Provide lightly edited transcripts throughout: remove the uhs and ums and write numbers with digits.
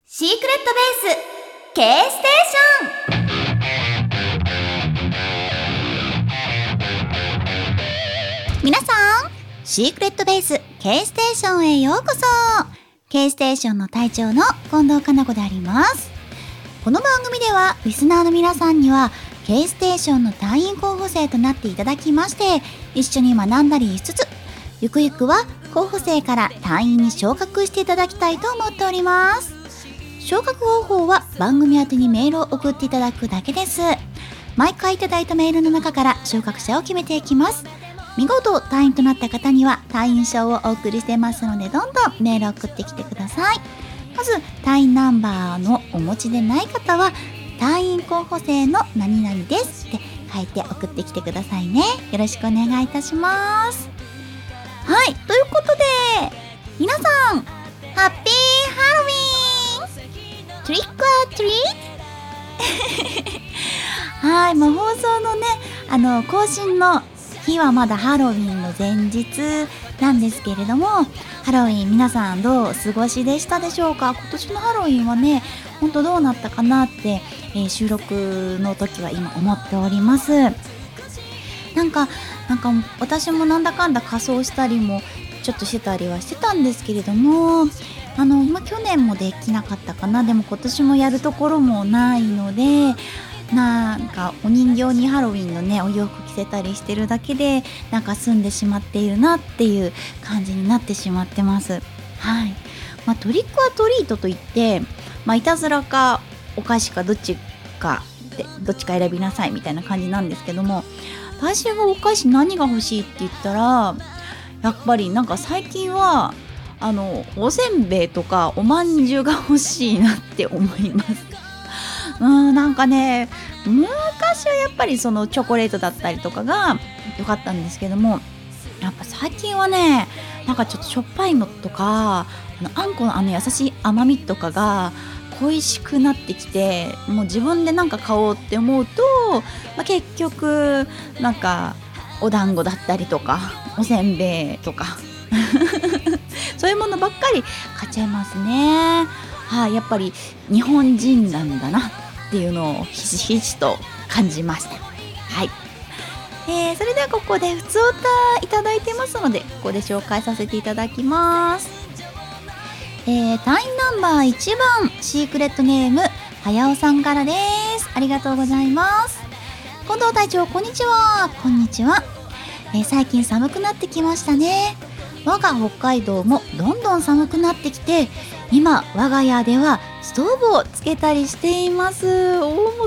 シークレットベース K ステーション。皆さん、シークレットベース K ステーションへようこそ。 K ステーションの隊長の近藤かな子であります。この番組ではリスナーの皆さんには K ステーションの隊員候補生となっていただきまして、一緒に学んだりしつつ、ゆくゆくは候補生から隊員に昇格していただきたいと思っております。昇格方法は番組宛てにメールを送っていただくだけです。毎回いただいたメールの中から昇格者を決めていきます。見事隊員となった方には隊員証をお送りしてますので、どんどんメールを送ってきてください。まず隊員ナンバーのお持ちでない方は、隊員候補生の何々ですって書いて送ってきてくださいね。よろしくお願いいたします。はい、ということで皆さん、ハッピーハロウィーン、トリックアトリートはい、放送のね、更新の日はまだハロウィンの前日なんですけれども、ハロウィン皆さんどうお過ごしでしたでしょうか。今年のハロウィンはね、本当どうなったかなって、収録の時は今思っております。なんか私もなんだかんだ仮装したりもちょっとしてたりはしてたんですけれども、去年もできなかったかな。でも今年もやるところもないので、なんかお人形にハロウィンのねお洋服着せたりしてるだけでなんか済んでしまっているなっていう感じになってしまってます。はい。トリックアトリートといって、いたずらかお菓子かどっちか選びなさいみたいな感じなんですけども、私がお菓子何が欲しいって言ったら、やっぱりなんか最近はおせんべいとかおまんじゅうが欲しいなって思います。なんかね、昔はやっぱりそのチョコレートだったりとかが良かったんですけども、やっぱ最近はね、なんかちょっとしょっぱいのとか、あんこの優しい甘みとかが恋しくなってきて、もう自分でなんか買おうって思うと、結局なんかお団子だったりとかおせんべいとかそういうものばっかり買っちゃいますね。はい、やっぱり日本人なんだなっていうのをひしひしと感じました。はい。それではここでふつおたいただいてますので、ここで紹介させていただきます。隊員ナンバー1番、シークレットネームはやおさんからです。ありがとうございます。近藤隊長、こんにちは。こんにちは。最近寒くなってきましたね。我が北海道もどんどん寒くなってきて、今我が家ではストーブをつけたりしています。もうそんな寒いん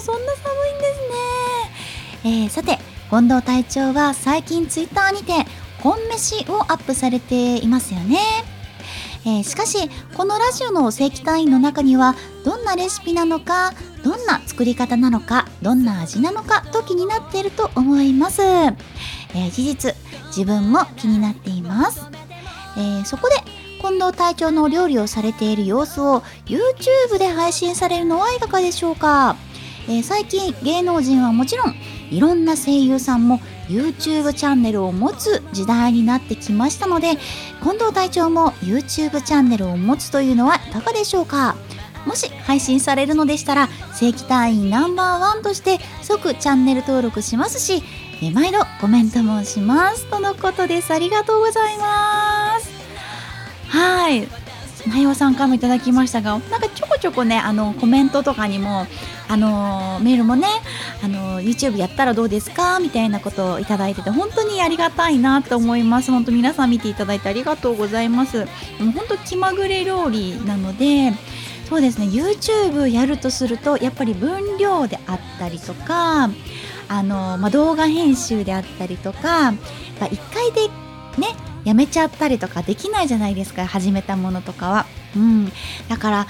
ですね。さて、近藤隊長は最近ツイッターにて本飯をアップされていますよね。しかしこのラジオの正規隊員の中には、どんなレシピなのか、どんな作り方なのか、どんな味なのかと気になっていると思います。事実自分も気になっています。そこで近藤隊長の料理をされている様子を YouTube で配信されるのはいかがでしょうか。最近芸能人はもちろん、いろんな声優さんも YouTube チャンネルを持つ時代になってきましたので、近藤隊長も YouTube チャンネルを持つというのはいかがでしょうか。もし配信されるのでしたら、正規隊員ナンバー1として即チャンネル登録しますし、毎度コメントもしますとのことです。ありがとうございます。はい、なよさんからもいただきましたが、なんかちょこちょこね、コメントとかにもメールもね、YouTube やったらどうですかみたいなことをいただいてて、本当にありがたいなと思います。本当皆さん見ていただいてありがとうございます。でも本当気まぐれ料理なので、そうですね、 YouTube やるとするとやっぱり分量であったりとか、動画編集であったりとか、1回でねやめちゃったりとかできないじゃないですか、始めたものとかは。だから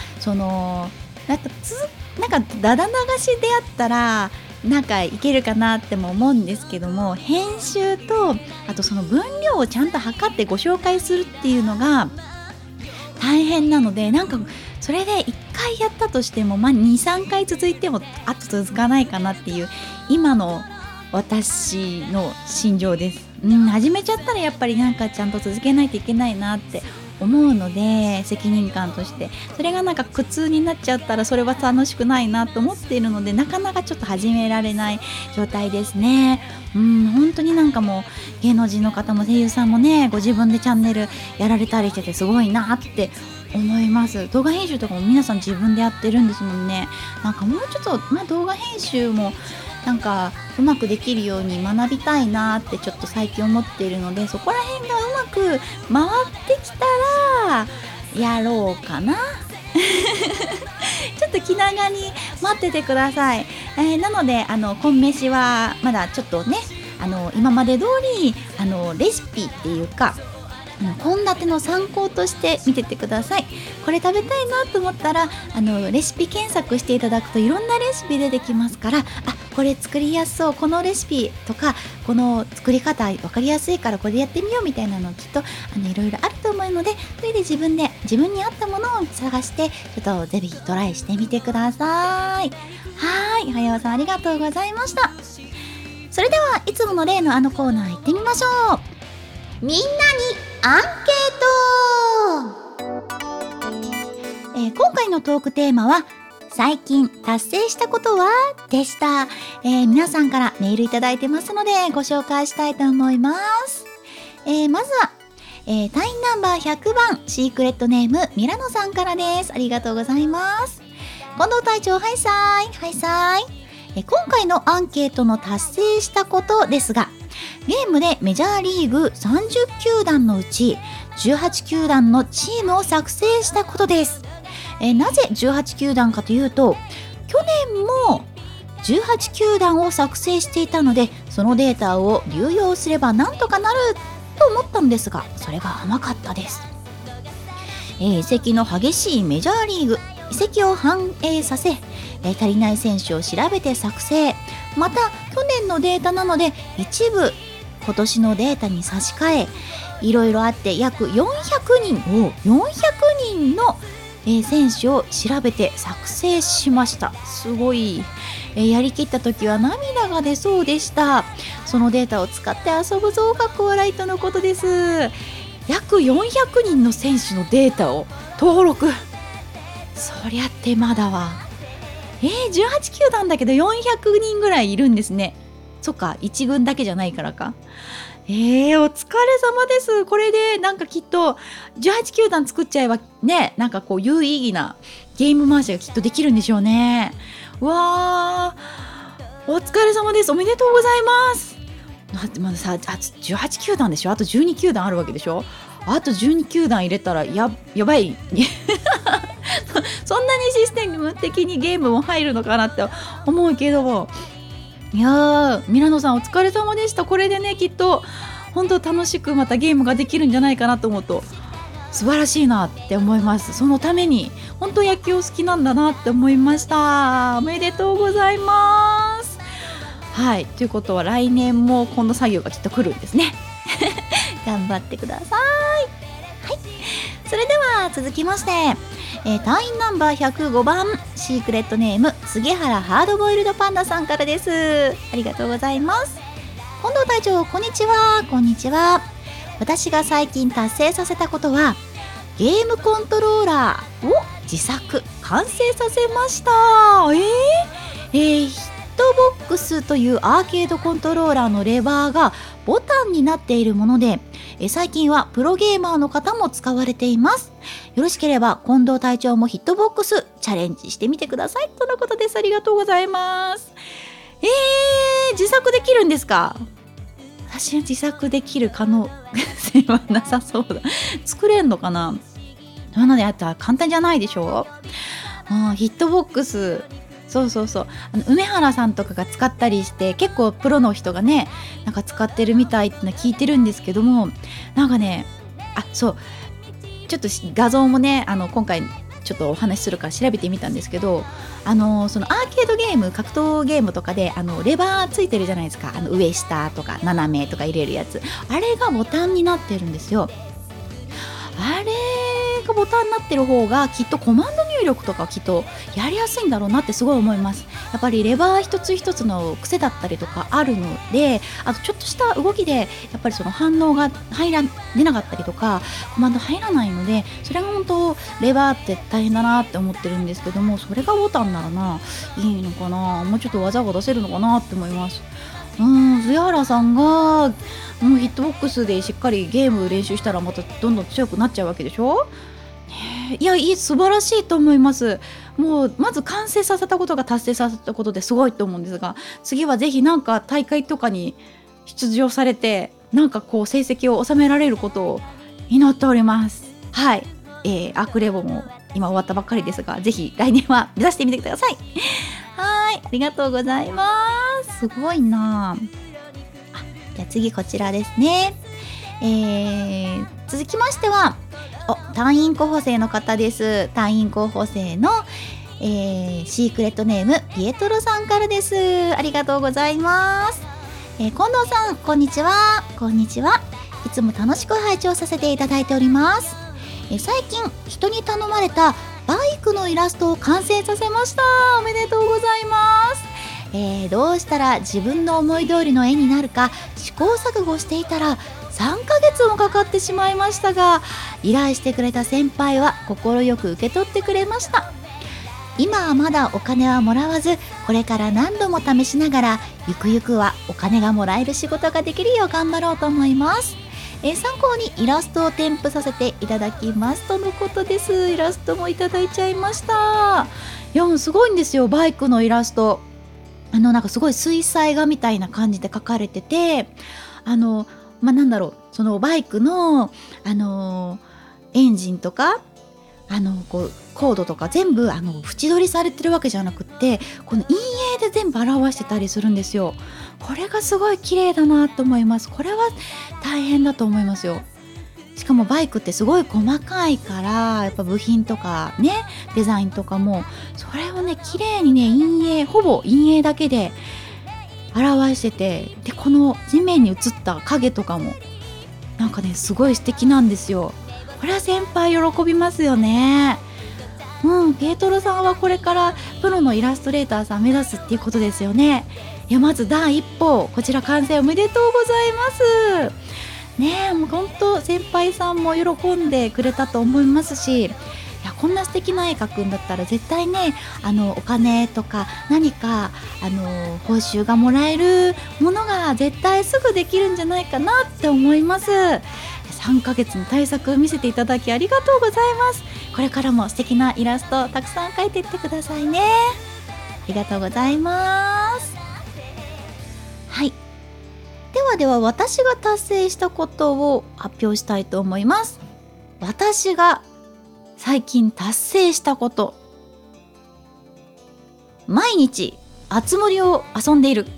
なんかだだ流しであったらなんかいけるかなっても思うんですけども、編集とあとその分量をちゃんと測ってご紹介するっていうのが大変なので、なんかそれで1回やったとしても 2,3 回続いてもあと続かないかなっていう今の私の心情です。始めちゃったらやっぱりなんかちゃんと続けないといけないなって思うので、責任感としてそれがなんか苦痛になっちゃったらそれは楽しくないなと思っているので、なかなかちょっと始められない状態ですね。本当になんかもう芸能人の方も声優さんもね、ご自分でチャンネルやられたりしててすごいなって思います。動画編集とかも皆さん自分でやってるんですもんね。なんかもうちょっと、動画編集もなんかうまくできるように学びたいなってちょっと最近思っているので、そこら辺がうまく回ってきたらやろうかなちょっと気長に待っててください。なので今飯はまだちょっとね、今まで通りレシピっていうか献立の参考として見ててください。これ食べたいなと思ったらレシピ検索していただくといろんなレシピ出てきますから、これ作りやすそう、このレシピとかこの作り方分かりやすいからこれやってみようみたいなのきっといろいろあると思うので、それで自分に合ったものを探してちょっとぜひトライしてみてください。はやわさんありがとうございました。それではいつもの例のコーナー行ってみましょう。みんなにアンケート。今回のトークテーマは最近達成したことはでした。皆さんからメールいただいてますのでご紹介したいと思います。まずは、隊員ナンバー100番シークレットネームミラノさんからです。ありがとうございます。近藤隊長、はいさーい。今回のアンケートの達成したことですが、ゲームでメジャーリーグ30球団のうち18球団のチームを作成したことです。なぜ18球団かというと、去年も18球団を作成していたので、そのデータを流用すればなんとかなると思ったんですが、それが甘かったです。移籍の激しいメジャーリーグ、移籍を反映させ、足りない選手を調べて作成、また去年のデータなので一部今年のデータに差し替え、いろいろあって約400人の選手を調べて作成しました。すごい、やりきった時は涙が出そうでした。そのデータを使って遊ぶぞかっこ笑いとのことです。約400人の選手のデータを登録、そりゃ手間だわ。18球団だけど400人ぐらいいるんですね。そっか、1軍だけじゃないからか。お疲れ様です。これでなんかきっと18球団作っちゃえばね、なんかこう有意義なゲーム回しがきっとできるんでしょうね。わー、お疲れ様です。おめでとうございます。まださ、18球団でしょ。あと12球団あるわけでしょ。あと12球団入れたらやばいそんなにシステム的にゲームも入るのかなって思うけど、いやー、ミラノさんお疲れ様でした。これでね、きっと本当楽しくまたゲームができるんじゃないかなと思うと素晴らしいなって思います。そのために本当野球好きなんだなって思いました。おめでとうございます。はい、ということは来年もこの作業がきっと来るんですね頑張ってください。はい、それでは続きまして、隊員ナンバー105番シークレットネーム杉原ハードボイルドパンダさんからです。ありがとうございます。近藤隊長、こんにちは。こんにちは。私が最近達成させたことは、ゲームコントローラーを自作完成させました。ヒットボックスというアーケードコントローラーのレバーがボタンになっているもので、最近はプロゲーマーの方も使われています。よろしければ近藤隊長もヒットボックスチャレンジしてみてくださいとのことです。ありがとうございます。自作できるんですか？私は自作できる可能性はなさそうだ。作れんのかな？なので、あとは簡単じゃないでしょ。ヒットボックス、そう梅原さんとかが使ったりして、結構プロの人がねなんか使ってるみたいっての聞いてるんですけども、なんかね、ちょっと画像もね今回ちょっとお話しするから調べてみたんですけど、そのアーケードゲーム、格闘ゲームとかでレバーついてるじゃないですか。上下とか斜めとか入れるやつ、あれがボタンになってるんですよ。あれンがボタンになってる方がきっとコマンド入力とかきっとやりやすいんだろうなってすごい思います。やっぱりレバー一つ一つの癖だったりとかあるので、あとちょっとした動きでやっぱりその反応が出なかったりとかコマンド入らないので、それが本当レバーって大変だなって思ってるんですけども、それがボタンならいいのかな、もうちょっと技が出せるのかなって思います。杉原さんがもうヒットボックスでしっかりゲーム練習したらまたどんどん強くなっちゃうわけでしょ、いや素晴らしいと思います。もうまず完成させたことが達成させたことですごいと思うんですが、次はぜひなんか大会とかに出場されてなんかこう成績を収められることを祈っております。はい、アークレボも今終わったばっかりですが、ぜひ来年は目指してみてください。はい、ありがとうございます。すごいな。じゃあ次こちらですね。続きましては隊員候補生の方です。隊員候補生の、シークレットネームピエトロさんからです。ありがとうございます。近藤さんこんにちは。こんにちは。いつも楽しく拝聴させていただいております。最近人に頼まれたバイクのイラストを完成させました。おめでとうございます。どうしたら自分の思い通りの絵になるか試行錯誤していたら3ヶ月もかかってしまいましたが、依頼してくれた先輩は快く受け取ってくれました。今はまだお金はもらわず、これから何度も試しながらゆくゆくはお金がもらえる仕事ができるよう頑張ろうと思います。参考にイラストを添付させていただきますとのことです。イラストもいただいちゃいました。いやすごいんですよ、バイクのイラスト。なんかすごい水彩画みたいな感じで描かれてて、なんだろう、そのバイクのエンジンとかこうコードとか全部縁取りされてるわけじゃなくって、この陰影で全部表してたりするんですよ。これがすごい綺麗だなと思います。これは大変だと思いますよ。しかもバイクってすごい細かいから、やっぱ部品とかね、デザインとかもそれをね綺麗にね陰影、ほぼ陰影だけで表してて、でこの地面に映った影とかもなんかねすごい素敵なんですよ。これは先輩喜びますよね。ピエトロさんはこれからプロのイラストレーターさん目指すっていうことですよね。いやまず第一歩、こちら完成おめでとうございますね。もう本当先輩さんも喜んでくれたと思いますし、いやこんな素敵な絵描くんだったら絶対ねお金とか何か報酬がもらえるものが絶対すぐできるんじゃないかなって思います。3ヶ月の対策を見せていただきありがとうございます。これからも素敵なイラストたくさん描いていってくださいね。ありがとうございます。はい、では私が達成したことを発表したいと思います。私が最近達成したこと、毎日あつ森を遊んでいる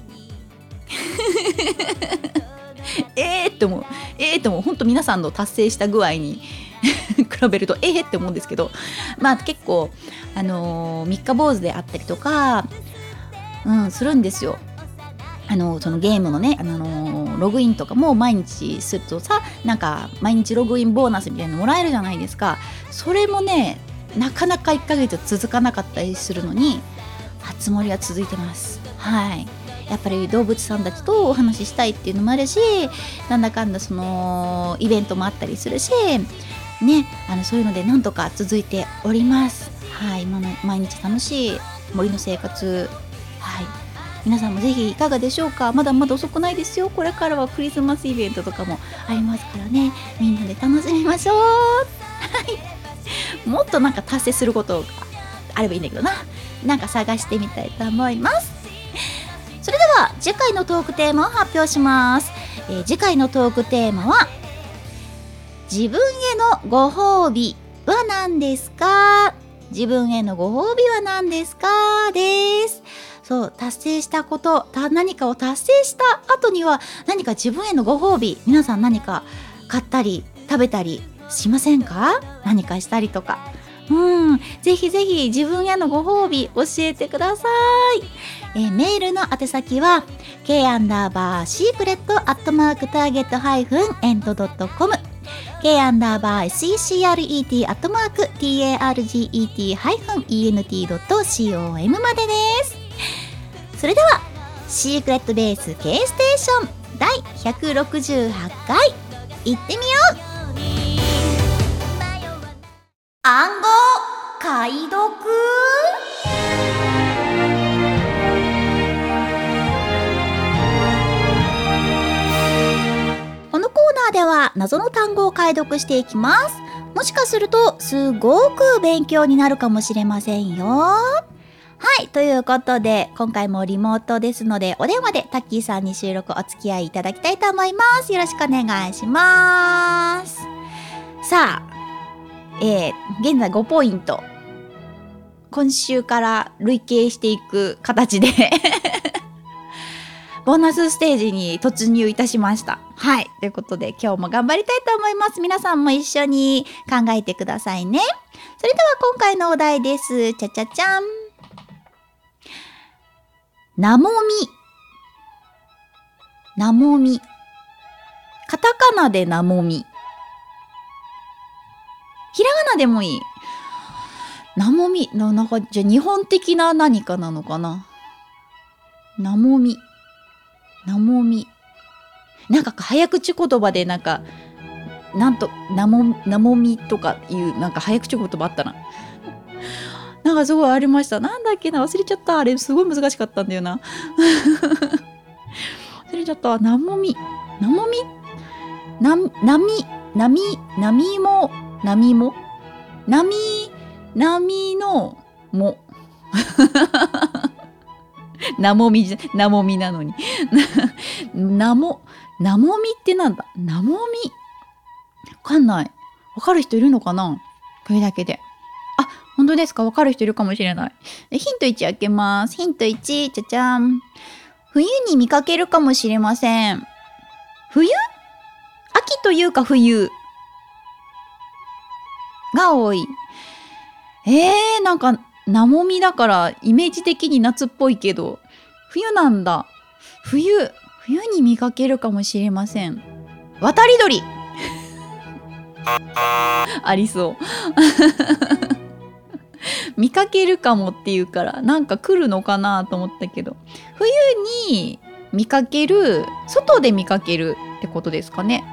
って思う本当皆さんの達成した具合に比べるとって思うんですけど、結構三日坊主であったりとかするんですよ。そのゲームのね、ログインとかも毎日するとさ、なんか毎日ログインボーナスみたいなのもらえるじゃないですか。それもねなかなか1ヶ月続かなかったりするのに、あつ森は続いてます。はい、やっぱり動物さんたちとお話ししたいっていうのもあるし、なんだかんだそのイベントもあったりするしね、そういうのでなんとか続いております。はい、毎日楽しい森の生活、はい、皆さんもぜひいかがでしょうか。まだまだ遅くないですよ。これからはクリスマスイベントとかもありますからね、みんなで楽しみましょう。はい、もっとなんか達成することがあればいいんだけどな、なんか探してみたいと思います。それでは次回のトークテーマを発表します。次回のトークテーマは、自分へのご褒美は何ですか。自分へのご褒美は何ですかです。そう、達成したこと、何かを達成した後には何か自分へのご褒美、皆さん何か買ったり食べたりしませんか。何かしたりとか、ぜひぜひ自分へのご褒美教えてください。メールの宛先は k_secret@target-end.com k_secret_target_ent_ent-com までです。それではシークレットベース K ステーション第168回行ってみよう。暗号解読。このコーナーでは謎の単語を解読していきます。もしかするとすごく勉強になるかもしれませんよ。はい、ということで今回もリモートですのでお電話でタッキーさんに収録お付き合いいただきたいと思います。よろしくお願いします。さあ、現在5ポイント今週から累計していく形でボーナスステージに突入いたしました。はい、ということで今日も頑張りたいと思います。皆さんも一緒に考えてくださいね。それでは今回のお題です。ちゃちゃちゃん。なもみ。なもみ。カタカナでなもみ。ひらがなでもいい。なもみ。なんか、じゃあ日本的な何かなのかな。なもみ。なもみ。なんか早口言葉でなんか、なんと、なもみとかいうなんか早口言葉あったな。なんかすごいありました。なんだっけな、忘れちゃった。あれすごい難しかったんだよな。忘れちゃった。なもみ。なもみ。なみも。なみも。なみのも。なもみなのに。なもみってなんだ。なもみ。わかんない。わかる人いるのかな、これだけで。あ、本当ですか。わかる人いるかもしれない。ヒント1開けます。ヒント1、じゃじゃん。冬に見かけるかもしれません。冬？秋というか冬が多い。なんかなもみだからイメージ的に夏っぽいけど冬なんだ。冬に見かけるかもしれません。渡り鳥ありそう見かけるかもっていうからなんか来るのかなと思ったけど、冬に見かける、外で見かけるってことですかね。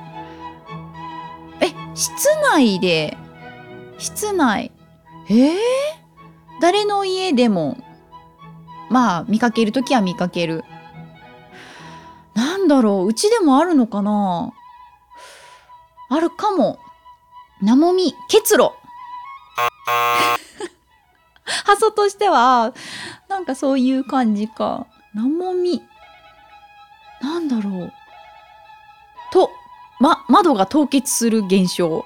室内誰の家でもまあ見かけるときは見かける。なんだろう、うちでもあるのかな。あるかも。なもみ、結露発想としてはなんかそういう感じか。なもみ、なんだろうと、窓が凍結する現象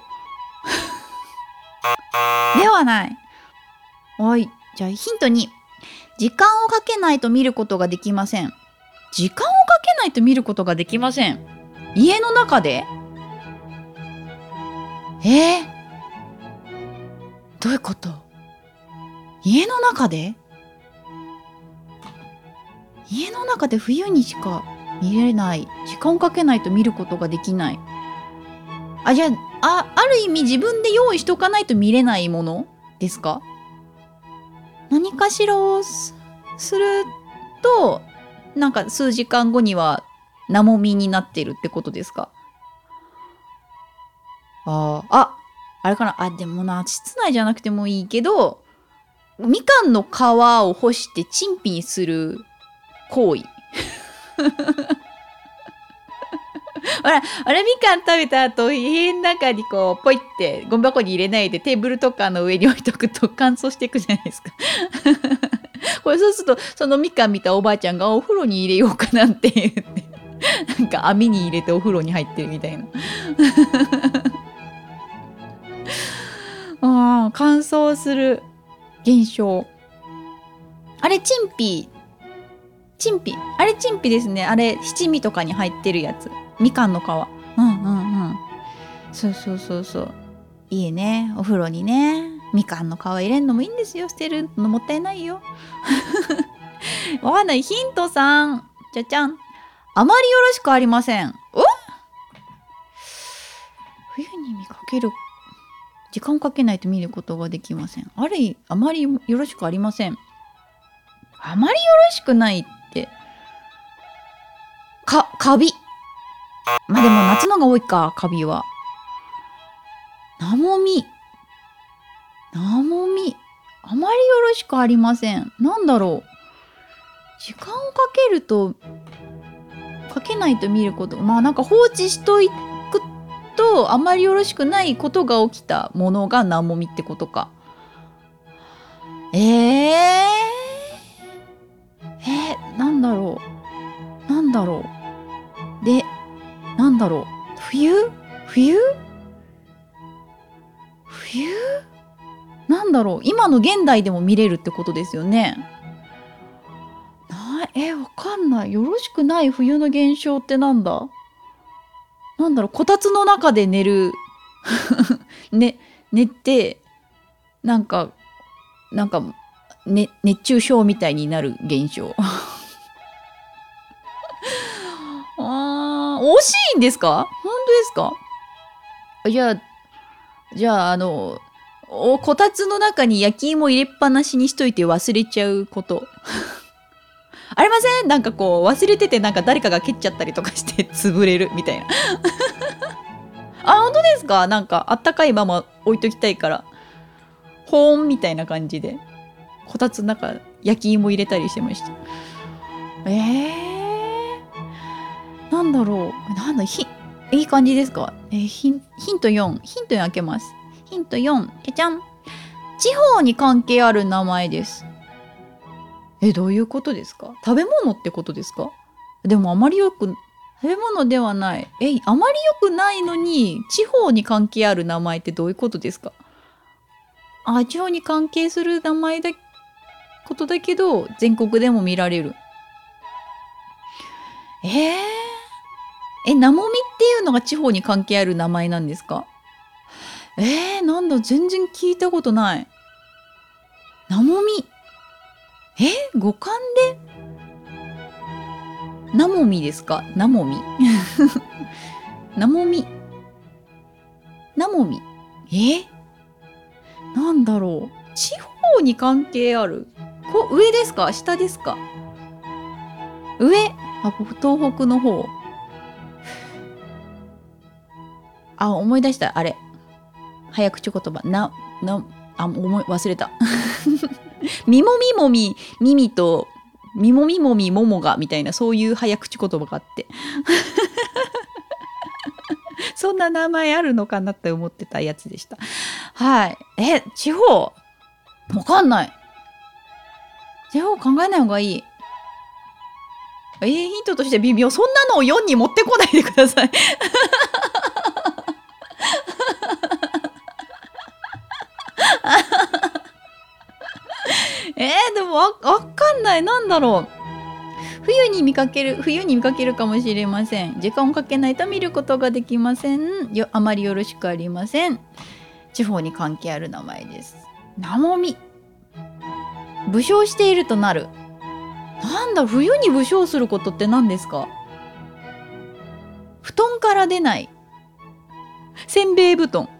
ではない。はい、じゃあヒント2。時間をかけないと見ることができません。時間をかけないと見ることができません。家の中で？どういうこと？家の中で冬にしか見れない。時間をかけないと見ることができない。じゃあ、ある意味自分で用意しとかないと見れないものですか？何かしらをすると、なんか数時間後にはなもみになってるってことですか？あれかな。でもな、室内じゃなくてもいいけど、みかんの皮を干してチンピにする行為。あれみかん食べた後、家の中にこう、ポイってゴミ箱に入れないでテーブルとかの上に置いとくと乾燥していくじゃないですか。これそうすると、そのみかん見たおばあちゃんがお風呂に入れようかなんて言って、なんか網に入れてお風呂に入ってるみたいな。乾燥する現象。あれチンピあれチンピですね。あれ七味とかに入ってるやつ、みかんの皮。そういいね。お風呂にねみかんの皮入れんのもいいんですよ。捨てるのもったいないよ。わかんない。ヒント3、じゃじゃん。あまりよろしくありません。 冬に見かける、時間をかけないと見ることができません。あまりよろしくありません。あまりよろしくないって。カビ。まあでも夏のが多いか、カビは。ナモミ。あまりよろしくありません。なんだろう。時間をかけると、かけないと見ること。まあなんか放置しとくと、あまりよろしくないことが起きたものがナモミってことか。なんだろう。で、なんだろう。冬なんだろう。今の現代でも見れるってことですよね。わかんない。よろしくない冬の現象ってなんだ？なんだろう。こたつの中で寝る。寝て、熱中症みたいになる現象。惜しいんですか？本当ですか？じゃあ、こたつの中に焼き芋入れっぱなしにしといて忘れちゃうこと。ありません？なんかこう、忘れてて誰かが蹴っちゃったりとかして潰れるみたいな。本当ですか？あったかいまま置いときたいから、保温みたいな感じで、こたつの中、焼き芋入れたりしてました。なんだろう。いい感じですか？ヒント4。ヒント4開けます。ヒント4。じゃじゃん。地方に関係ある名前です。どういうことですか？食べ物ってことですか？でも食べ物ではない。あまり良くないのに、地方に関係ある名前ってどういうことですか？地方に関係することだけど、全国でも見られる。ナモミっていうのが地方に関係ある名前なんですか？なんだ、全然聞いたことない。ナモミ。五感でナモミですか？ナモミ。ナモミ。なんだろう。地方に関係ある。上ですか？下ですか？上。東北の方。思い出した。あれ。早口言葉。忘れた。みもみもみ、耳と、みもみもみももが、みたいな、そういう早口言葉があって。そんな名前あるのかなって思ってたやつでした。はい。地方？わかんない。地方考えない方がいい。ヒントとして微妙。そんなのを4に持ってこないでください。でもわかんない。なんだろう。冬に見かけるかもしれません。時間をかけないと見ることができません。あまりよろしくありません。地方に関係ある名前です。ナモミ。武将しているとなる。なんだ、冬に武将することって何ですか？布団から出ない。せんべい布団。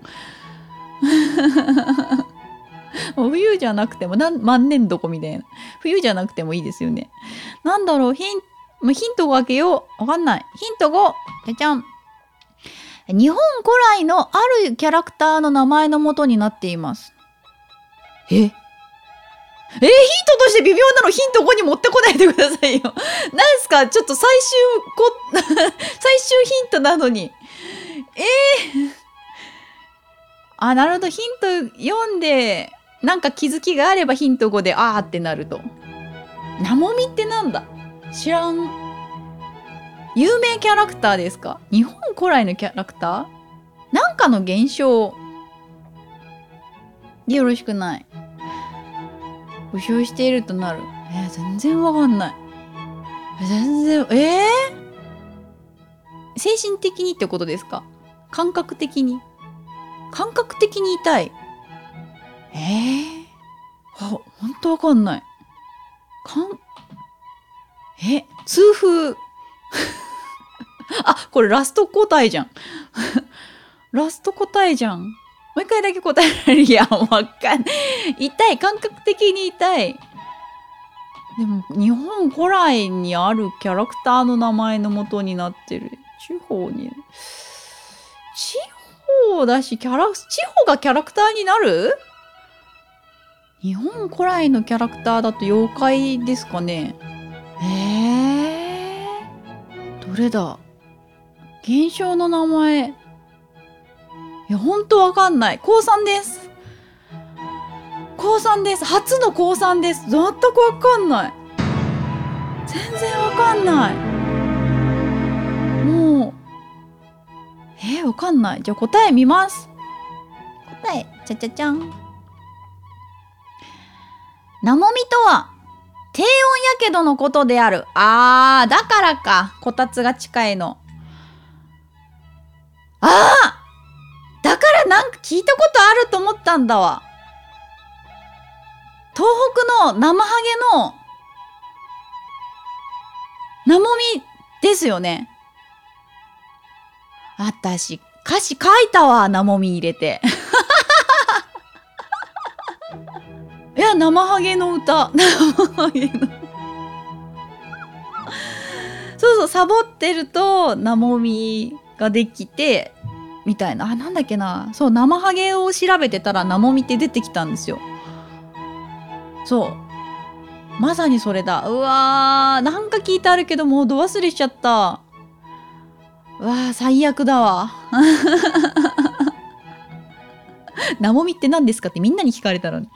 冬じゃなくても万年床みたいな。冬じゃなくてもいいですよね。なんだろう。ヒントを開けよう。わかんない。ヒント5。じゃじゃん。日本古来のあるキャラクターの名前の元になっています。ヒントとして微妙なのヒント5に持ってこないでくださいよ。なんすか？ちょっと最終ヒントなのに。なるほど。ヒント読んで、気づきがあればヒント5で、ってなると。ナモミってなんだ？知らん。有名キャラクターですか？日本古来のキャラクター？なんかの現象。よろしくない。武将しているとなる。全然わかんない。精神的にってことですか？感覚的に痛い。ほんとわかんない。痛風。これラスト答えじゃん。 ラスト答えじゃん。もう一回だけ答えられる。いや、わかんない。痛い。感覚的に痛い。でも、日本古来にあるキャラクターの名前の元になってる。地方だし、地方がキャラクターになる？日本古来のキャラクターだと妖怪ですかね。どれだ？現象の名前。いや、ほんとわかんない。高3です。初の高3です。全くわかんない。全然わかんない。もう、わかんない。じゃあ答え見ます。答え、ちゃちゃちゃん。なもみとは、低温やけどのことである。だからか。こたつが近いの。だからなんか聞いたことあると思ったんだわ。東北の生ハゲのなもみですよね。私、歌詞書いたわ、なもみ入れて。いや、生ハゲの歌。生ハゲの。そう、サボってると、なもみができて、みたいな。なんだっけな。そう、生ハゲを調べてたら、なもみって出てきたんですよ。そう。まさにそれだ。うわー、なんか聞いてあるけど、もうど忘れしちゃった。うわー、最悪だわ。なもみって何ですかってみんなに聞かれたのに。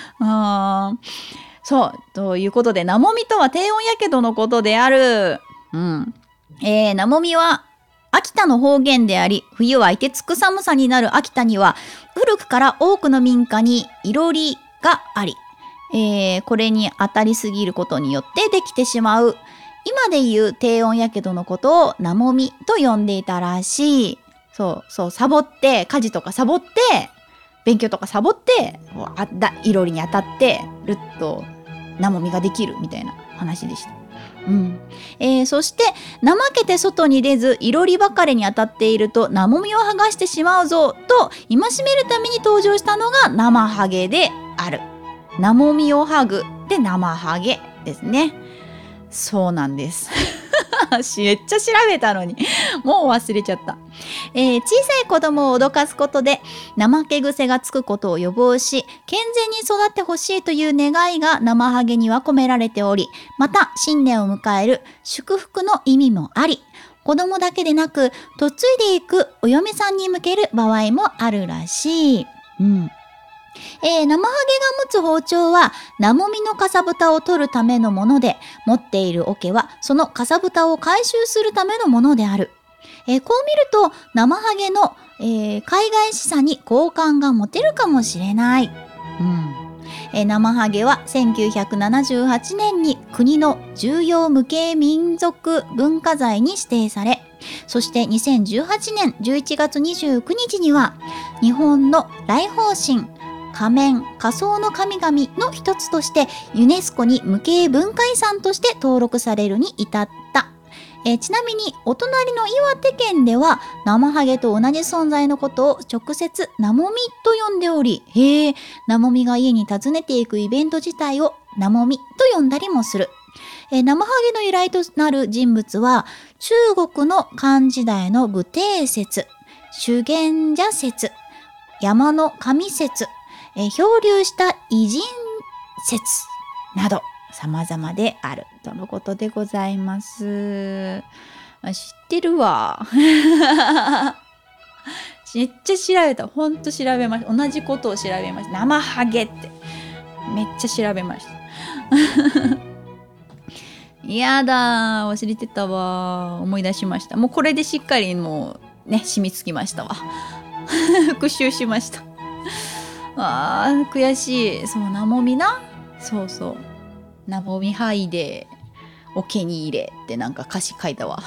そう。ということで、なもみとは低温やけどのことである。なもみは、秋田の方言であり、冬は凍てつく寒さになる秋田には、古くから多くの民家にいろりがあり、これに当たりすぎることによってできてしまう。今でいう低温やけどのことをなもみと呼んでいたらしい。そう、サボって、家事とかサボって、勉強とかサボって、いろりに当たってると、なもみができるみたいな話でした。そして怠けて外に出ずいろりばかりに当たっているとなもみを剥がしてしまうぞと戒めるために登場したのが生ハゲである。なもみを剥ぐで生ハゲですね。そうなんです。めっちゃ調べたのにもう忘れちゃった。小さい子供を脅かすことで怠け癖がつくことを予防し健全に育ってほしいという願いが生ハゲには込められており、また新年を迎える祝福の意味もあり、子供だけでなく嫁いでいくお嫁さんに向ける場合もあるらしい。生ハゲが持つ包丁はなもみのかさぶたを取るためのもので、持っている桶はそのかさぶたを回収するためのものである。こう見ると生ハゲの、海外示唆に好感が持てるかもしれない。生ハゲは1978年に国の重要無形民族文化財に指定され、そして2018年11月29日には日本の来訪神仮面仮想の神々の一つとしてユネスコに無形文化遺産として登録されるに至った。ちなみにお隣の岩手県では生ハゲと同じ存在のことを直接なもみと呼んでおり、なもみが家に訪ねていくイベント自体をなもみと呼んだりもする。生ハゲの由来となる人物は中国の漢時代の武帝説、修験者説、山の神説、漂流した偉人説など様々であるとのことでございます。知ってるわ。めっちゃ調べた。ほんと調べました。同じことを調べました。生ハゲってめっちゃ調べました。やだー、忘れてたわ。思い出しました。もうこれでしっかりもうね染みつきましたわ。復習しました。悔しい。そう、なもみな。そうそう。なもみはい、でお気に入れってなんか歌詞書いたわ。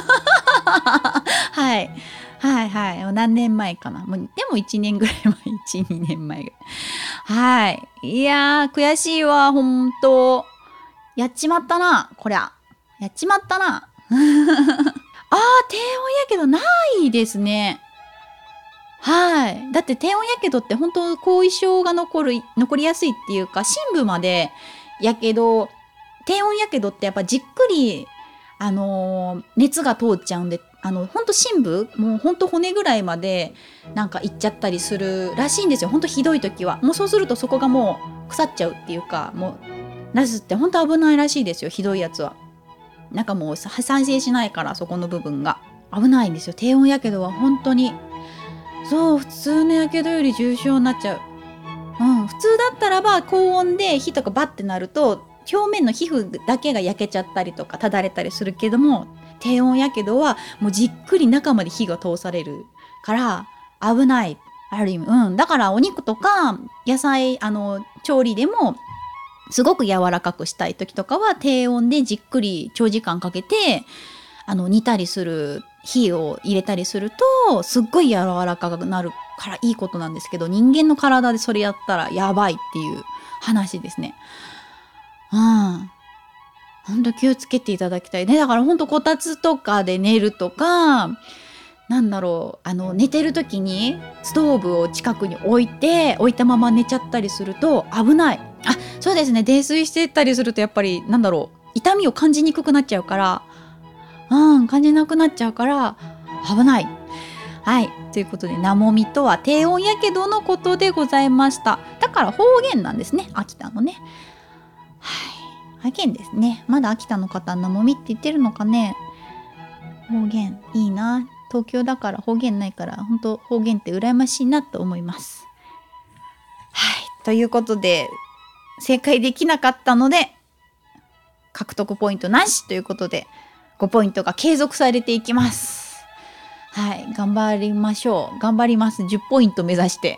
はい。何年前かな。でも1年ぐらい前。1、2年前ぐらい。はい。いやー、悔しいわ。ほんと。やっちまったな。こりゃ。やっちまったな。低温やけどないですね。 はい。だって低温やけどって本当後遺症が残りやすいっていうか、深部までやけど、低温やけどってやっぱじっくり、熱が通っちゃうんで、本当深部、もう本当骨ぐらいまでなんかいっちゃったりするらしいんですよ。本当ひどい時は。もうそうするとそこがもう腐っちゃうっていうか、もうナスって本当危ないらしいですよ。ひどいやつは。なんかもう再生しないから、そこの部分が危ないんですよ。低温やけどは本当に。そう、普通のやけどより重症になっちゃう。普通だったらば高温で火とかバッてなると表面の皮膚だけが焼けちゃったりとかただれたりするけども、低温やけどはもうじっくり中まで火が通されるから危ない。ある意味、だからお肉とか野菜調理でもすごく柔らかくしたい時とかは低温でじっくり長時間かけて煮たりする、火を入れたりするとすっごい柔らかくなるからいいことなんですけど、人間の体でそれやったらやばいっていう話ですね。ほんと気をつけていただきたいね。だからほんとこたつとかで寝るとか、寝てる時にストーブを近くに置いたまま寝ちゃったりすると危ない。そうですね。泥酔してたりするとやっぱり痛みを感じにくくなっちゃうから、感じなくなっちゃうから危ない。はい。ということで、なもみとは低温やけどのことでございました。だから方言なんですね。秋田のね。はい。方言ですね。まだ秋田の方なもみって言ってるのかね。方言いいな。東京だから方言ないから、本当方言って羨ましいなと思います。はい。ということで、正解できなかったので、獲得ポイントなしということで、5ポイントが継続されていきます。はい。頑張りましょう。頑張ります。10ポイント目指して。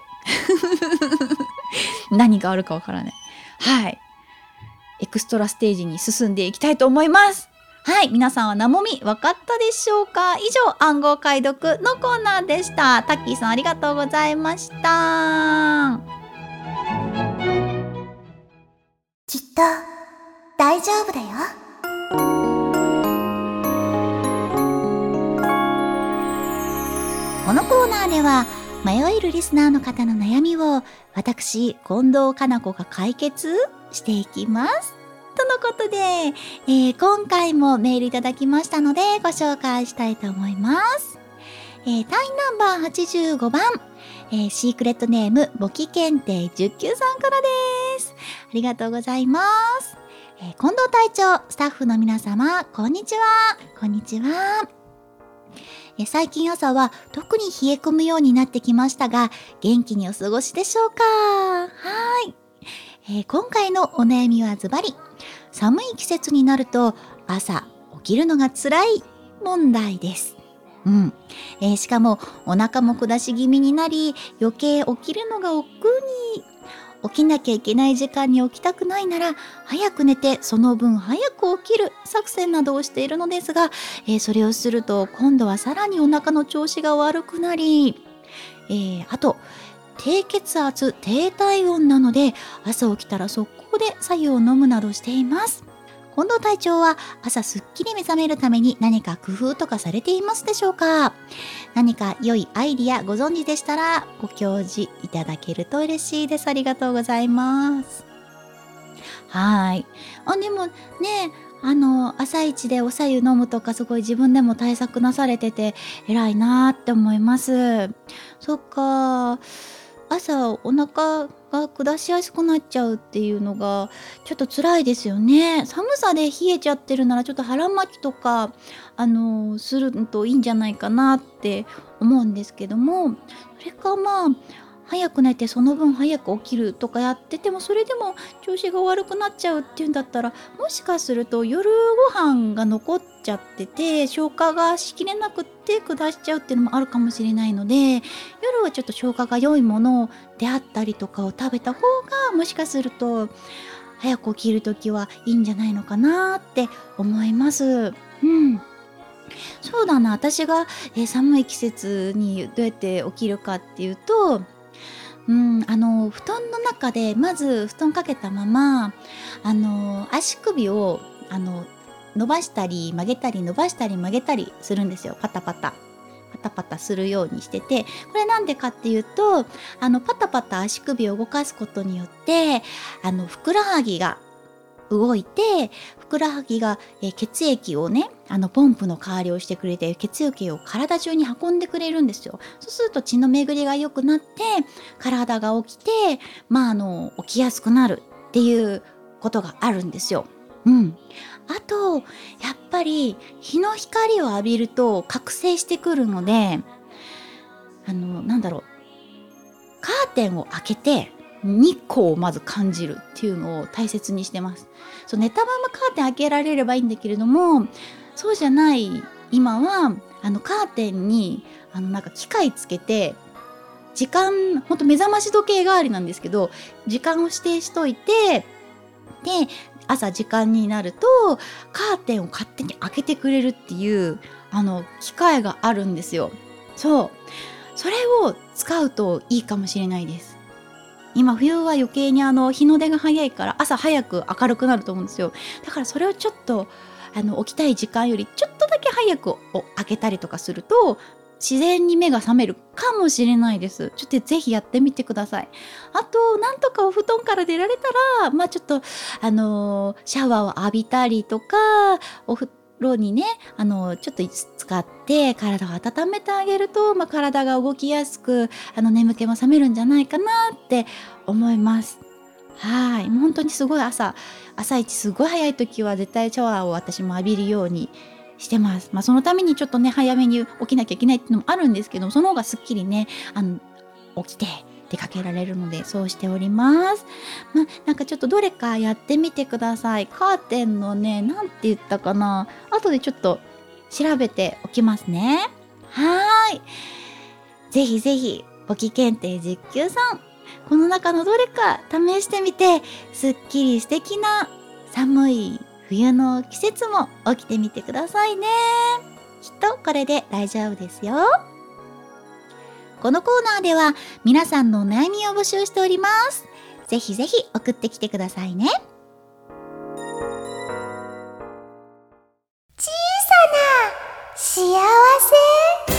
何があるかわからない。はい。エクストラステージに進んでいきたいと思います。はい。皆さんはなもみ分かったでしょうか？以上、暗号解読のコーナーでした。タッキーさんありがとうございました。 きっと大丈夫だよ。このコーナーでは迷えるリスナーの方の悩みを私近藤かな子が解決していきます。とのことで、今回もメールいただきましたのでご紹介したいと思います。タイナンバー85番、シークレットネーム簿記検定10級さんからです。ありがとうございます。近藤隊長、スタッフの皆様、こんにちは。こんにちは。最近朝は特に冷え込むようになってきましたが、元気にお過ごしでしょうか？はい。今回のお悩みはズバリ、寒い季節になると朝起きるのが辛い問題です。しかもお腹も下し気味になり、余計起きるのが億劫に。起きなきゃいけない時間に起きたくないなら早く寝てその分早く起きる作戦などをしているのですが、それをすると今度はさらにお腹の調子が悪くなり、あと低血圧低体温なので朝起きたら速攻で白湯を飲むなどしています。近藤隊長は朝すっきり目覚めるために何か工夫とかされていますでしょうか？何か良いアイディアご存知でしたらご教示いただけると嬉しいです。ありがとうございます。はい。でもね、朝一でお白湯飲むとかすごい自分でも対策なされてて偉いなーって思います。そっか。朝お腹が下しやすくなっちゃうっていうのがちょっと辛いですよね。寒さで冷えちゃってるならちょっと腹巻きとかするといいんじゃないかなって思うんですけども、それか早く寝てその分早く起きるとかやっててもそれでも調子が悪くなっちゃうっていうんだったら、もしかすると夜ご飯が残っちゃってて消化がしきれなくって下しちゃうっていうのもあるかもしれないので、夜はちょっと消化が良いものであったりとかを食べた方がもしかすると早く起きるときはいいんじゃないのかなって思います。そうだな、私が、寒い季節にどうやって起きるかっていうと、布団の中でまず布団かけたまま足首を伸ばしたり曲げたり伸ばしたり曲げたりするんですよ。パタパタタパタするようにしてて、これなんでかっていうと、パタパタ足首を動かすことによって、ふくらはぎが動いて、ふくらはぎが、血液をね、ポンプの代わりをしてくれて、血液を体中に運んでくれるんですよ。そうすると血の巡りが良くなって、体が起きて、起きやすくなるっていうことがあるんですよ。あと、やっぱり日の光を浴びると覚醒してくるので、カーテンを開けて日光をまず感じるっていうのを大切にしてます。寝たままカーテン開けられればいいんだけれども、そうじゃない今はカーテンに機械つけて、時間、ほんと目覚まし時計代わりなんですけど、時間を指定しといて、で朝時間になるとカーテンを勝手に開けてくれるっていう機械があるんですよ。それを使うといいかもしれないです。今冬は余計に日の出が早いから朝早く明るくなると思うんですよ。だからそれをちょっと起きたい時間よりちょっとだけ早く開けたりとかすると自然に目が覚めるかもしれないです。ちょっとぜひやってみてください。あと、なんとかお布団から出られたら、ちょっとシャワーを浴びたりとか、お風呂にね、ちょっと使って体を温めてあげると、体が動きやすく、眠気も覚めるんじゃないかなって思います。はい。もう本当にすごい朝一すごい早い時は絶対シャワーを私も浴びるようにしてます。そのためにちょっとね、早めに起きなきゃいけないっていうのもあるんですけど、その方がすっきりね、起きて出かけられるので、そうしております。ちょっとどれかやってみてください。カーテンのね、なんて言ったかな。後でちょっと調べておきますね。ぜひぜひ、簿記検定実級さん、この中のどれか試してみて、すっきり素敵な寒い冬の季節も起きてみてくださいね。きっとこれで大丈夫ですよ。このコーナーでは皆さんのお悩みを募集しております。ぜひぜひ送ってきてくださいね。小さな幸せ。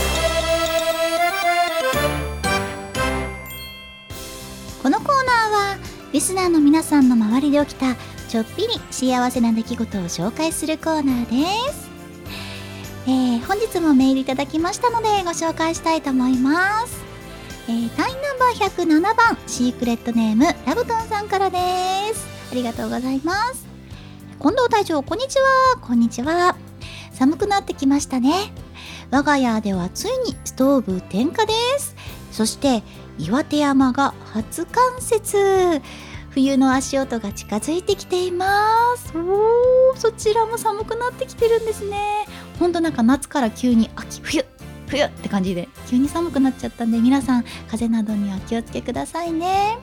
このコーナーはリスナーの皆さんの周りで起きたちょっぴり幸せな出来事を紹介するコーナーです。本日もメールいただきましたのでご紹介したいと思います。タイナンバー107番シークレットネームラブトンさんからです。ありがとうございます。近藤隊長、こんにちは。こんにちは。寒くなってきましたね。我が家ではついにストーブ点火です。そして岩手山が初冠雪。冬の足音が近づいてきています。そちらも寒くなってきてるんですね。ほんと夏から急に秋、冬って感じで急に寒くなっちゃったんで、皆さん風邪などには気をつけくださいね。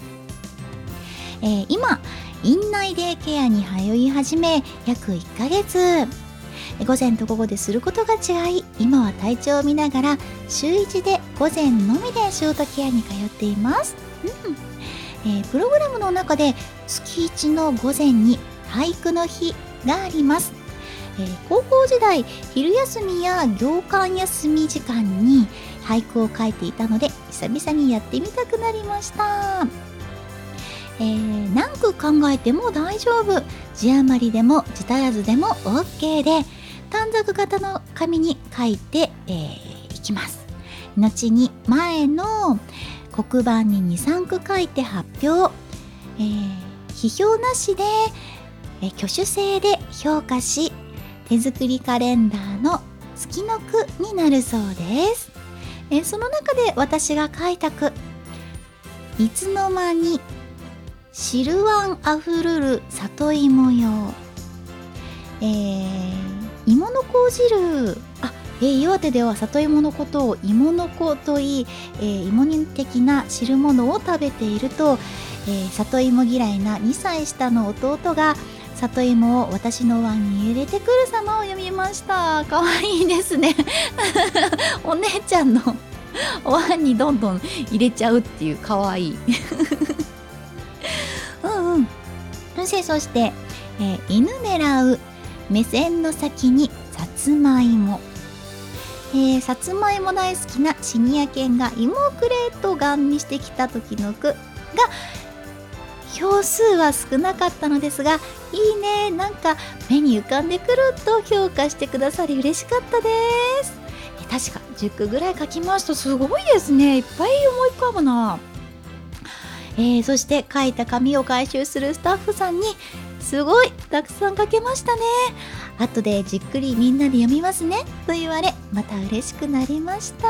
今院内デイケアに通い始め約1ヶ月。午前と午後ですることが違い、今は体調を見ながら週1で午前のみでショートケアに通っています。プログラムの中で月1の午前に俳句の日があります。高校時代、昼休みや業間休み時間に俳句を書いていたので、久々にやってみたくなりました。何句考えても大丈夫。字余りでも字足らずでも OK で、短冊型の紙に書いていきます。後に前の黒板に 2,3 句書いて発表。批評なしで挙手制で評価し、手作りカレンダーの月の句になるそうです。その中で私が書いた句、いつの間に汁わんあふるる里芋よ。芋の子汁。岩手では里芋のことを芋の子と言い、芋煮的な汁物を食べていると、里芋嫌いな2歳下の弟が里芋を私の碗に入れてくる様を読みました。かわいいですねお姉ちゃんのお碗にどんどん入れちゃうっていう、かわいいそして、犬狙う目線の先にさつまいも。 さつまいも大好きなシニア犬が芋くれとガン見してきた時の句が票数は少なかったのですが、いいね、なんか目に浮かんでくると評価してくださり嬉しかったです。確か10句ぐらい書きました。すごいですね、いっぱい思い浮かぶな。そして書いた紙を回収するスタッフさんにすごいたくさん書けましたね、後でじっくりみんなで読みますねと言われ、また嬉しくなりました。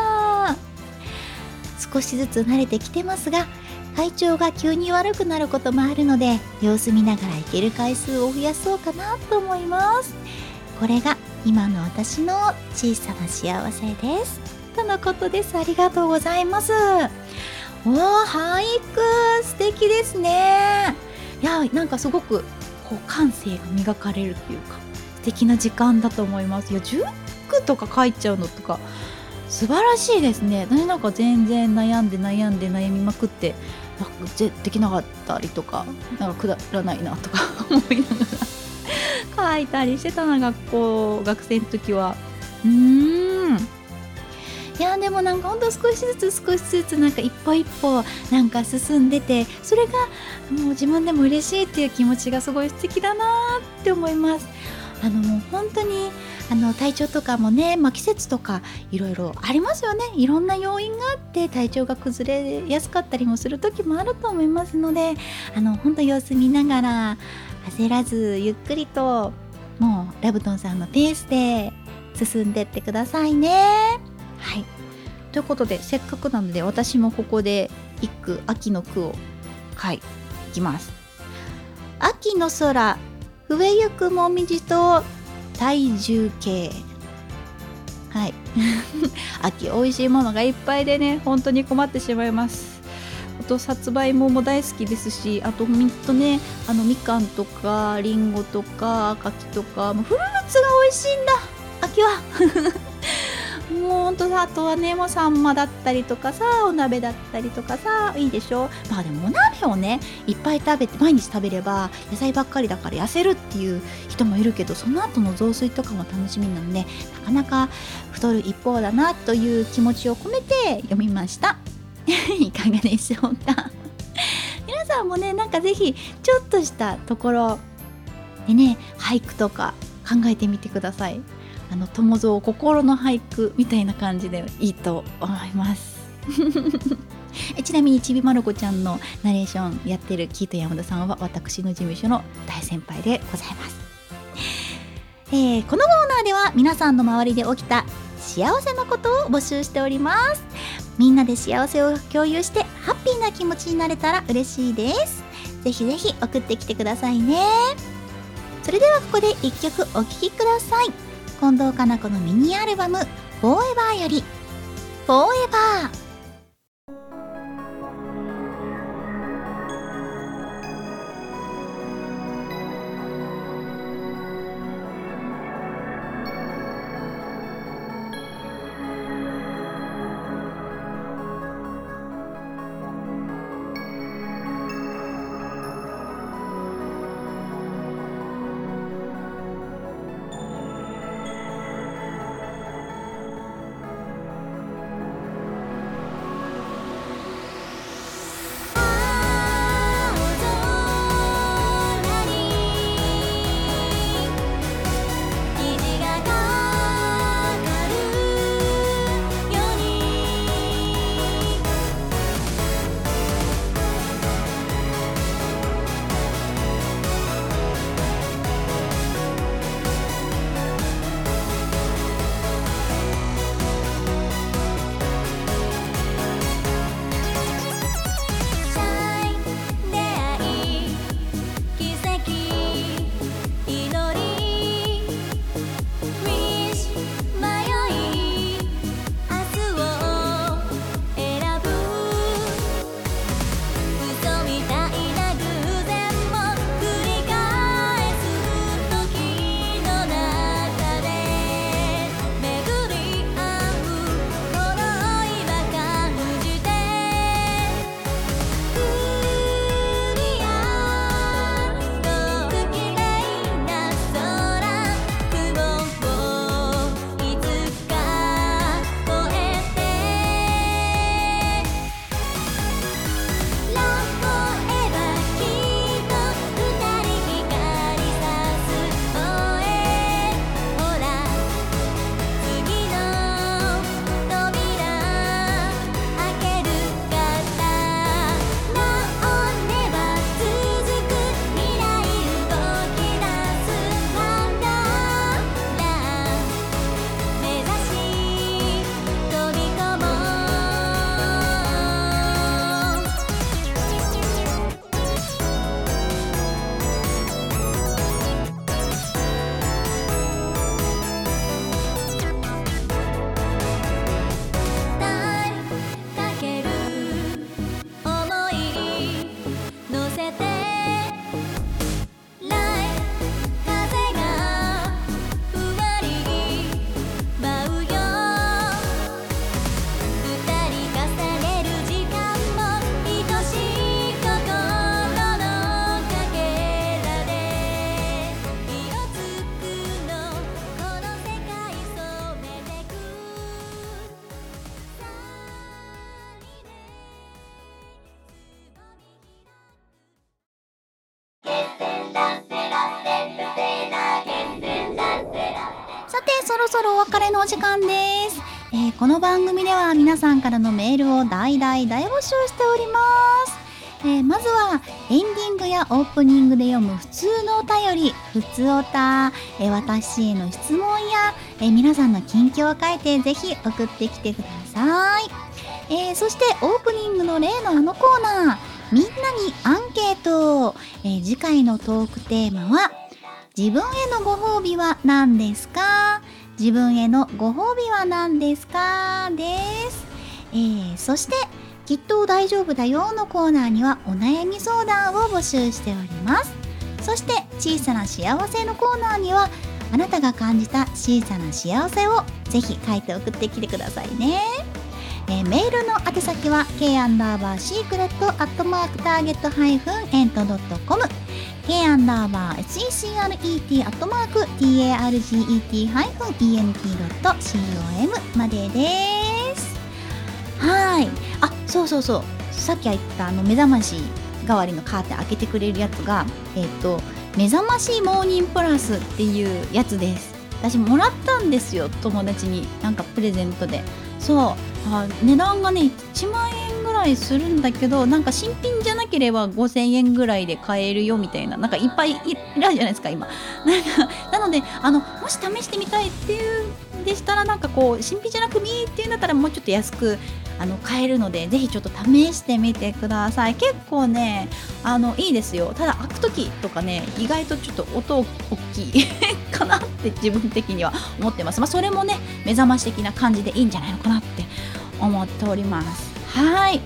少しずつ慣れてきてますが、体調が急に悪くなることもあるので、様子見ながら行ける回数を増やそうかなと思います。これが今の私の小さな幸せですとのことです。ありがとうございます。おー、俳句素敵ですね。いや、なんかすごくこう感性が磨かれるっていうか素敵な時間だと思います。いや、10句とか書いちゃうのとか素晴らしいですね。私なんか全然悩みまくってなんかできなかったりとか、なんかくだらないなとか思いながら書いたりしてたな、学生の時は。いや、でもなんかほんと少しずつなんか一歩一歩なんか進んでて、それがもう自分でも嬉しいっていう気持ちがすごい素敵だなって思います。もう本当に体調とかもね、季節とかいろいろありますよね。いろんな要因があって体調が崩れやすかったりもする時もあると思いますので、本当様子見ながら焦らずゆっくりと、もうラブトンさんのペースで進んでってくださいね。はい、ということでせっかくなので私もここで一句秋の句をいきます。秋の空増えゆくもみじと体重計。はい。秋美味しいものがいっぱいでね、本当に困ってしまいます。あとさつまいもも大好きですし、あとほんとね、みかんとかりんごとか柿とか、もうフルーツが美味しいんだ秋は。もうほんとさ、あとはね、もうサンマだったりとかさ、お鍋だったりとかさ、いいでしょ。でもお鍋をねいっぱい食べて毎日食べれば野菜ばっかりだから痩せるっていう人もいるけど、その後の雑炊とかも楽しみなので、なかなか太る一方だなという気持ちを込めて読みました。いかがでしょうか。皆さんもね、なんかぜひちょっとしたところでね、俳句とか考えてみてください。友蔵心の俳句みたいな感じでいいと思います。ちなみにちびまる子ちゃんのナレーションやってるキート山田さんは私の事務所の大先輩でございます。このコーナーでは皆さんの周りで起きた幸せなことを募集しております。みんなで幸せを共有してハッピーな気持ちになれたら嬉しいです。ぜひぜひ送ってきてくださいね。それではここで一曲お聴きください。近藤かな子のミニアルバム「フォーエバー」より「フォーエバー」。 そろそろお別れのお時間です。この番組では皆さんからのメールを大募集しております。まずはエンディングやオープニングで読む普通のお便り、ふつおた、私への質問や、皆さんの近況を書いてぜひ送ってきてください。そしてオープニングの例のあのコーナー、みんなにアンケート、次回のトークテーマは自分へのご褒美は何ですか？自分へのご褒美は何ですか？です。そしてきっと大丈夫だよのコーナーにはお悩み相談を募集しております。そして小さな幸せのコーナーにはあなたが感じた小さな幸せをぜひ書いて送ってきてくださいね。メールの宛先は k_secret@target-ent.com k_secret@target-ent.com までです。はい。そうさっき言った目覚まし代わりのカーテン開けてくれるやつが目覚ましモーニングプラスっていうやつです。私もらったんですよ、友達になんかプレゼントで。値段がね1万円ぐらいするんだけど、なんか新品じゃなければ5000円ぐらいで買えるよみたいな、なんかいっぱいいるじゃないですか今。なのでもし試してみたいっていうでしたら、なんかこう新品じゃなくていいっていうんだったらもうちょっと安く買えるので、ぜひちょっと試してみてください。結構ねいいですよ。ただ開く時とかね、意外とちょっと音大きいかなって自分的には思ってます。それもね目覚まし的な感じでいいんじゃないのかなって思っております。はい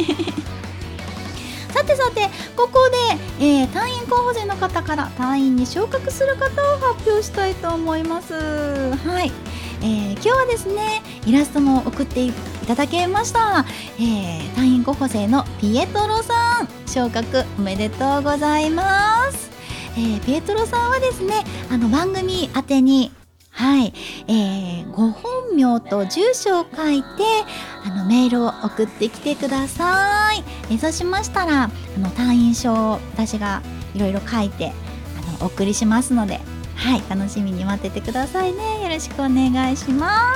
さてここで、隊員候補生の方から隊員に昇格する方を発表したいと思います。はい、今日はですねイラストも送っていただけました、隊員候補生のピエトロさん、昇格おめでとうございます。ピエトロさんはですね番組宛てにご本名と住所を書いてメールを送ってきてください。そうしましたら隊員証を私がいろいろ書いてお送りしますので、楽しみに待っててくださいね。よろしくお願いします。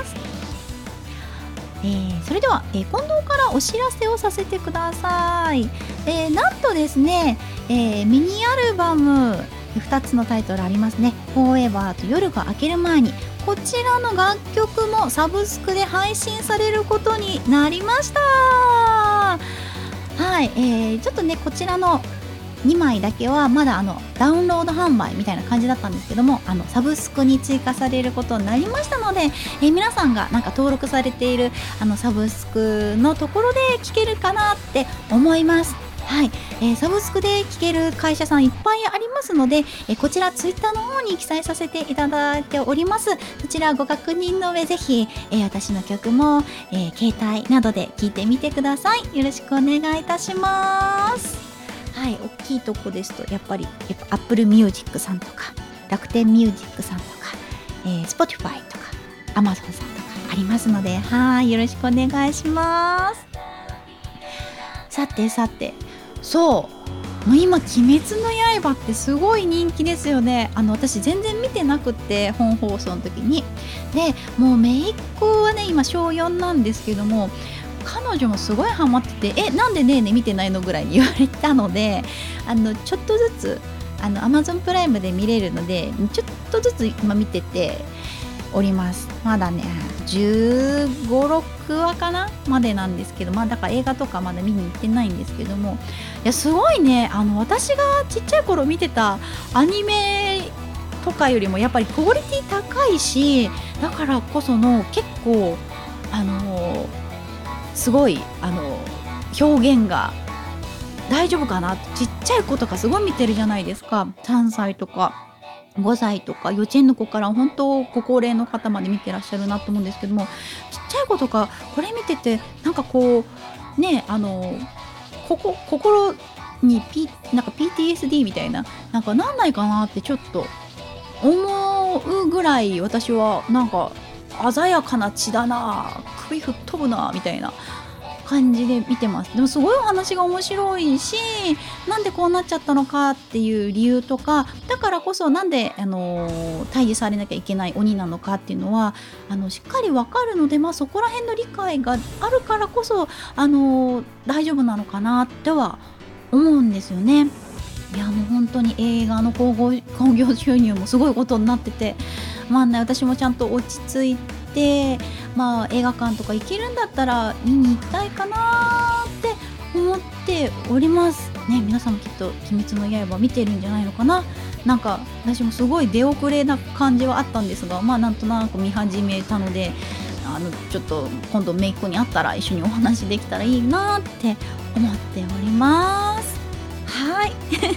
それでは、近藤からお知らせをさせてください。なんとですね、ミニアルバム2つのタイトルありますね。フォーエバーと夜が明ける前に、こちらの楽曲もサブスクで配信されることになりました。ちょっとねこちらの2枚だけはまだダウンロード販売みたいな感じだったんですけども、サブスクに追加されることになりましたので、皆さんがなんか登録されているサブスクのところで聴けるかなって思います。サブスクで聴ける会社さんいっぱいありますので、こちらツイッターの方に記載させていただいております。そちらご確認の上ぜひ、私の曲も、携帯などで聴いてみてください。よろしくお願いいたします。大きいとこですとやっぱ Apple Music さんとか楽天ミュージックさんとか、Spotify とか Amazon さんとかありますので、よろしくお願いします。さてもう今鬼滅の刃ってすごい人気ですよね。私全然見てなくって本放送の時にで、もう姪っ子はね今小4なんですけども、彼女もすごいハマってて、なんでね見てないのぐらいに言われたので、ちょっとずつAmazon プライムで見れるのでちょっとずつ今見てております。まだね15、6話かなまでなんですけど、だから映画とかまだ見に行ってないんですけども、いやすごいね、私がちっちゃい頃見てたアニメとかよりもやっぱりクオリティ高いし、だからこその結構すごい表現が大丈夫かな。ちっちゃい子とかすごい見てるじゃないですか。3歳とか5歳とか幼稚園の子から本当ご高齢の方まで見てらっしゃるなと思うんですけども、ちっちゃい子とかこれ見ててなんかこうね心になんか PTSD みたいななんかなんないかなってちょっと思うぐらい、私はなんか鮮やかな血だな、首吹っ飛ぶなみたいな感じで見てます。でもすごいお話が面白いし、なんでこうなっちゃったのかっていう理由とか、だからこそなんで退治されなきゃいけない鬼なのかっていうのはしっかりわかるので、そこら辺の理解があるからこそ大丈夫なのかなっては思うんですよね。いやもう本当に映画の興行収入もすごいことになってて、私もちゃんと落ち着いて、映画館とか行けるんだったら見に行きたいかなって思っておりますね。皆さんもきっと鬼滅の刃見てるんじゃないのかな。なんか私もすごい出遅れな感じはあったんですが、なんとなく見始めたので、ちょっと今度姪っ子に会ったら一緒にお話できたらいいなって思っております。はい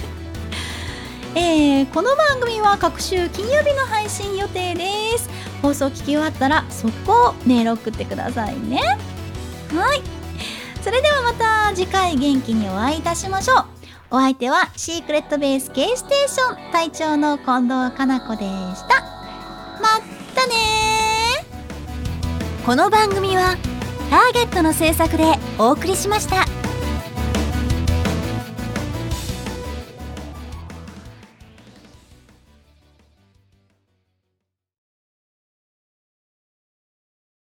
この番組は各週金曜日の配信予定です。放送聞き終わったら速攻メール送ってくださいね。はい、それではまた次回元気にお会いいたしましょう。お相手はシークレットベース K ステーション隊長の近藤かな子でした。またね。この番組はターゲットの制作でお送りしました。